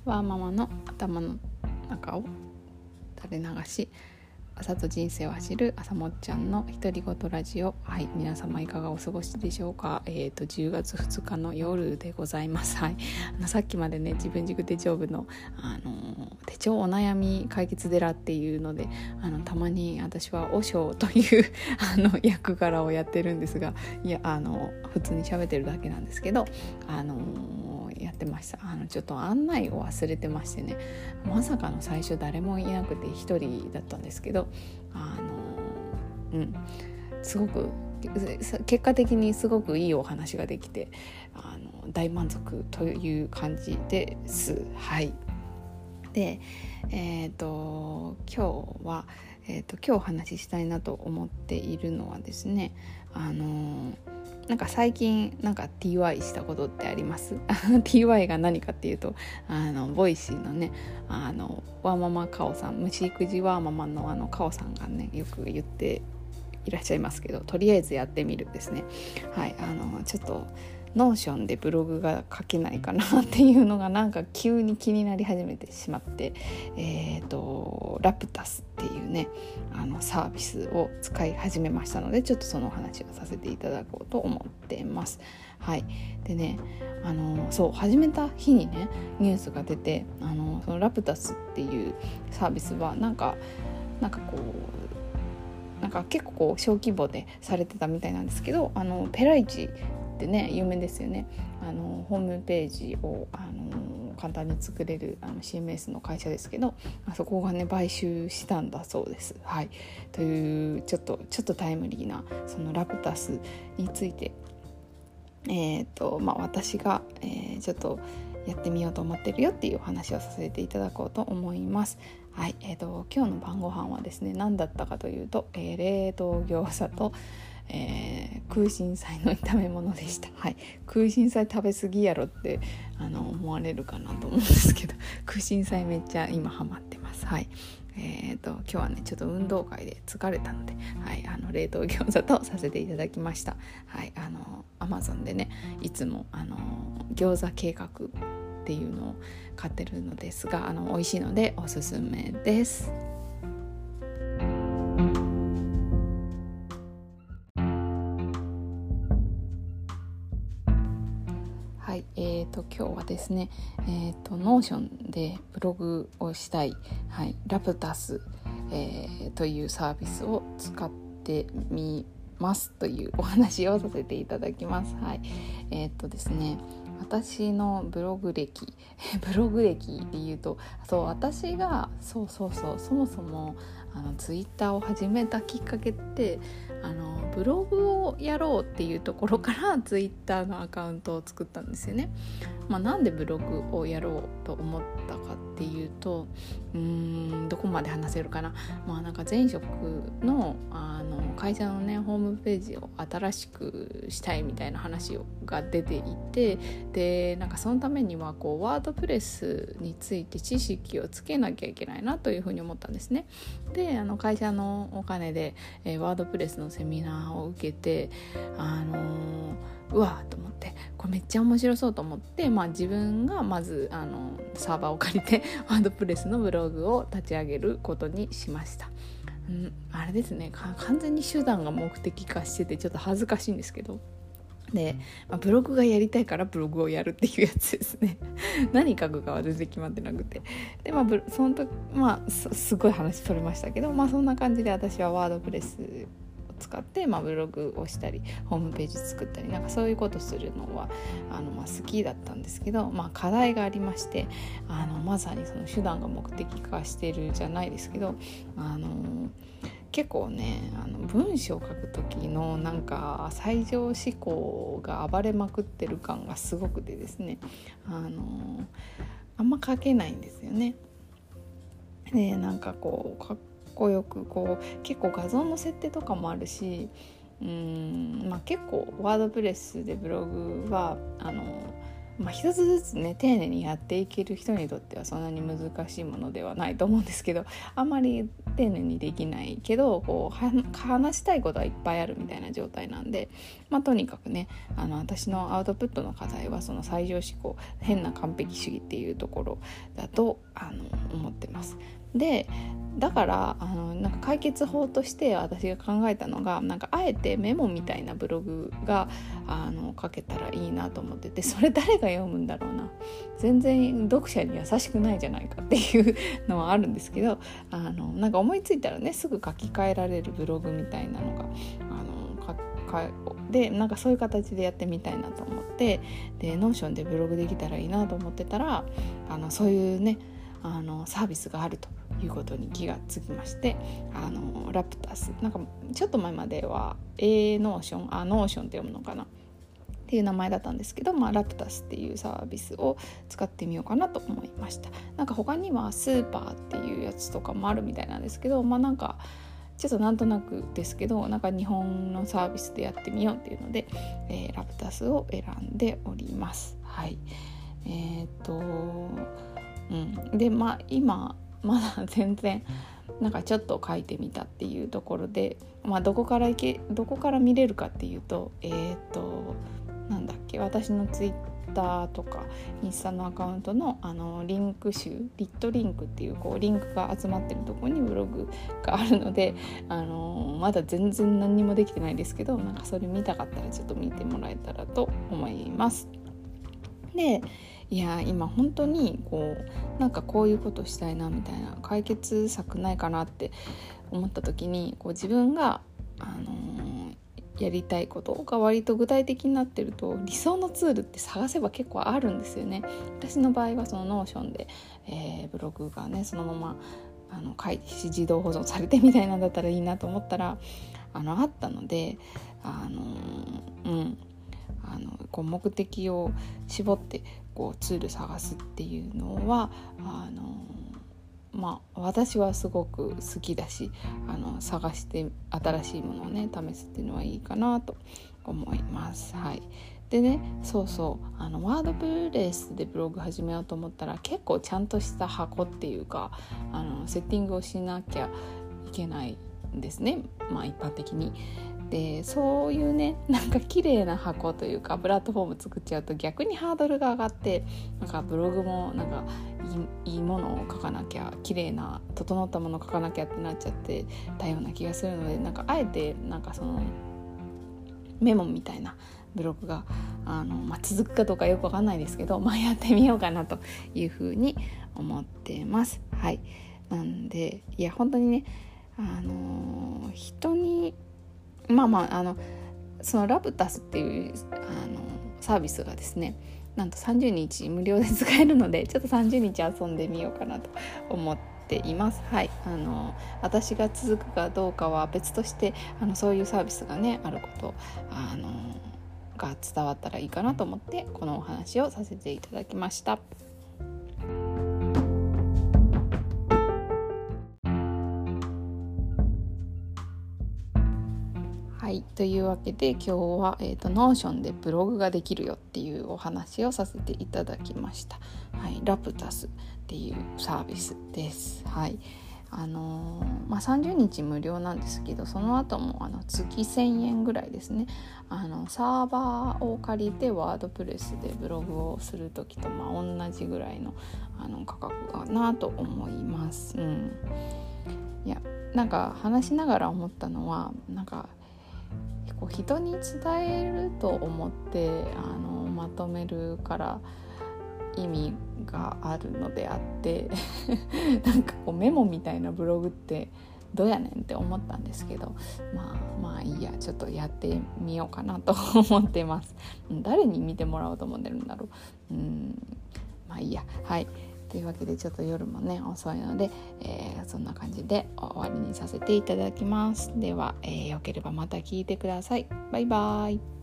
ワーママの頭の中を垂れ流し、朝と人生を走る朝もっちゃんの独り言ラジオ。はい、皆様いかがお過ごしでしょうか。10月2日の夜でございます。はい、さっきまでね、自分軸手帳部の、手帳お悩み解決寺っていうので、たまに私は和尚という役柄をやってるんですが、いや普通に喋ってるだけなんですけど、やってました。ちょっと案内を忘れてましてね、まさかの最初誰もいなくて一人だったんですけど、すごく結果的にすごくいいお話ができて、大満足という感じです。はい。で、今日は、今日お話ししたいなと思っているのはですね、なんか最近TY したことってありますTY が何かっていうと、ボイシーのね、ワーママカオさん、虫育児ワーママのカオさんがね、よく言っていらっしゃいますけど、とりあえずやってみるですね。はい、ちょっとノーションでブログが書けないかなっていうのがなんか急に気になり始めてしまって、ラプタスっていうね、サービスを使い始めましたので、ちょっとそのお話をさせていただこうと思っています。はい。でね、そう始めた日にね、ニュースが出て、そのラプタスっていうサービスはなんか結構こう小規模でされてたみたいなんですけど、ペライチってね、有名ですよね。ホームページを簡単に作れるCMS の会社ですけど、そこがね買収したんだそうです。はい。というちょっとタイムリーなそのラプタスについて、私が、ちょっとやってみようと思ってるよっていうお話をさせていただこうと思います。はい。今日の晩ご飯はですね、何だったかというと、冷凍餃子と空心菜の炒め物でした。はい、空心菜食べ過ぎやろって思われるかなと思うんですけど、空心菜めっちゃ今ハマってます。はい。今日はねちょっと運動会で疲れたので、はい、冷凍餃子とさせていただきました。はい、Amazon でね、いつも餃子計画っていうのを買ってるのですが、美味しいのでおすすめです。はい、今日はですね、ノーションでブログをしたい、はい、ラプタス、というサービスを使ってみますというお話をさせていただきます。はい、ですね、私のブログ歴で言うと、私がそもそもツイッターを始めたきっかけって、ブログをやろうっていうところからツイッターのアカウントを作ったんですよね。なんでブログをやろうと思ったかっていうと、どこまで話せるかな。なんか前職の会社のねホームページを新しくしたいみたいな話が出ていて、でなんかそのためにはこうワードプレスについて知識をつけなきゃいけないなというふうに思ったんですね。で会社のお金で、ワードプレスのセミナーを受けて、うわーと思って、これめっちゃ面白そうと思って、自分がまずサーバーを借りてワードプレスのブログを立ち上げることにしました。あれですね、完全に手段が目的化しててちょっと恥ずかしいんですけど、で、ブログがやりたいからブログをやるっていうやつですね何書くかは全然決まってなくて、でその時すごい話それましたけど、そんな感じで私はワードプレスを使って、ブログをしたりホームページ作ったりそういうことするのは好きだったんですけど、課題がありまして、まさにその手段が目的化してるじゃないですけど、結構ね文章を書く時のなんか最上思考が暴れまくってる感がすごくてですね、あんま書けないんですよね。でなんかこうかっこよく結構画像の設定とかもあるし、結構ワードプレスでブログは一つずつね丁寧にやっていける人にとってはそんなに難しいものではないと思うんですけど、あんまり丁寧にできないけどこう話したいことはいっぱいあるみたいな状態なんで、とにかくね私のアウトプットの課題はその最上思考、変な完璧主義っていうところだと思ってます。でだからなんか解決法として私が考えたのが、なんかあえてメモみたいなブログが書けたらいいなと思ってて、それ誰が読むんだろうな、全然読者に優しくないじゃないかっていうのはあるんですけど、なんか思いついたらねすぐ書き換えられるブログみたいなのがでなんかそういう形でやってみたいなと思って、でノーションでブログできたらいいなと思ってたらそういうねサービスがあるということに気がつきまして、ラプタス、なんかちょっと前まではノーションって読むのかなっていう名前だったんですけど、ラプタスっていうサービスを使ってみようかなと思いました。なんか他にはスーパーっていうやつとかもあるみたいなんですけど、なんかちょっとなんとなくですけど、なんか日本のサービスでやってみようっていうので、ラプタスを選んでおります。はい。で今まだ全然なんかちょっと書いてみたっていうところで、どこから見れるかっていうと、なんだっけ、私のツイッターとかインスタのアカウントのリンク集、リットリンクっていうリンクが集まってるところにブログがあるので、まだ全然何にもできてないですけど、なんかそれ見たかったらちょっと見てもらえたらと思います。でいや今本当になんかこういうことしたいなみたいな解決策ないかなって思った時に、自分が、やりたいことが割と具体的になってると、理想のツールって探せば結構あるんですよね。私の場合はそのノーションで、ブログがねそのまま自動保存されてみたいなんだったらいいなと思ったらあったので、目的を絞ってツール探すっていうのは私はすごく好きだし、探して新しいものをね試すっていうのはいいかなと思います。はい。でね、ワードプレスでブログ始めようと思ったら結構ちゃんとした箱っていうかセッティングをしなきゃいけないんですね、一般的に。でそういうねなんか綺麗な箱というかプラットフォーム作っちゃうと逆にハードルが上がって、なんかブログもなんかいいものを書かなきゃ、綺麗な整ったものを書かなきゃってなっちゃってたような気がするので、なんかあえてなんかそのメモみたいなブログが続くかどうかよくわかんないですけど、やってみようかなというふうに思ってます。はい。なんで本当にね人にそのラプタスっていうサービスがですね、なんと30日無料で使えるので、ちょっと30日遊んでみようかなと思っています。はい。私が続くかどうかは別としてそういうサービスがねあることが伝わったらいいかなと思ってこのお話をさせていただきました。はい、というわけで今日は、ノーションでブログができるよっていうお話をさせていただきました。はい、ラプタスっていうサービスです。はい。30日無料なんですけど、その後も月1000円ぐらいですね。サーバーを借りてワードプレスでブログをするときと同じぐらいの価格かなと思います。いやなんか話しながら思ったのは、なんか人に伝えると思ってまとめるから意味があるのであってなんかメモみたいなブログってどうやねんって思ったんですけど、いいや、ちょっとやってみようかなと思ってます。誰に見てもらおうと思ってるんだろう。いいや。はい。というわけでちょっと夜もね遅いので、そんな感じで終わりにさせていただきます。では、よければまた聞いてください。バイバイ。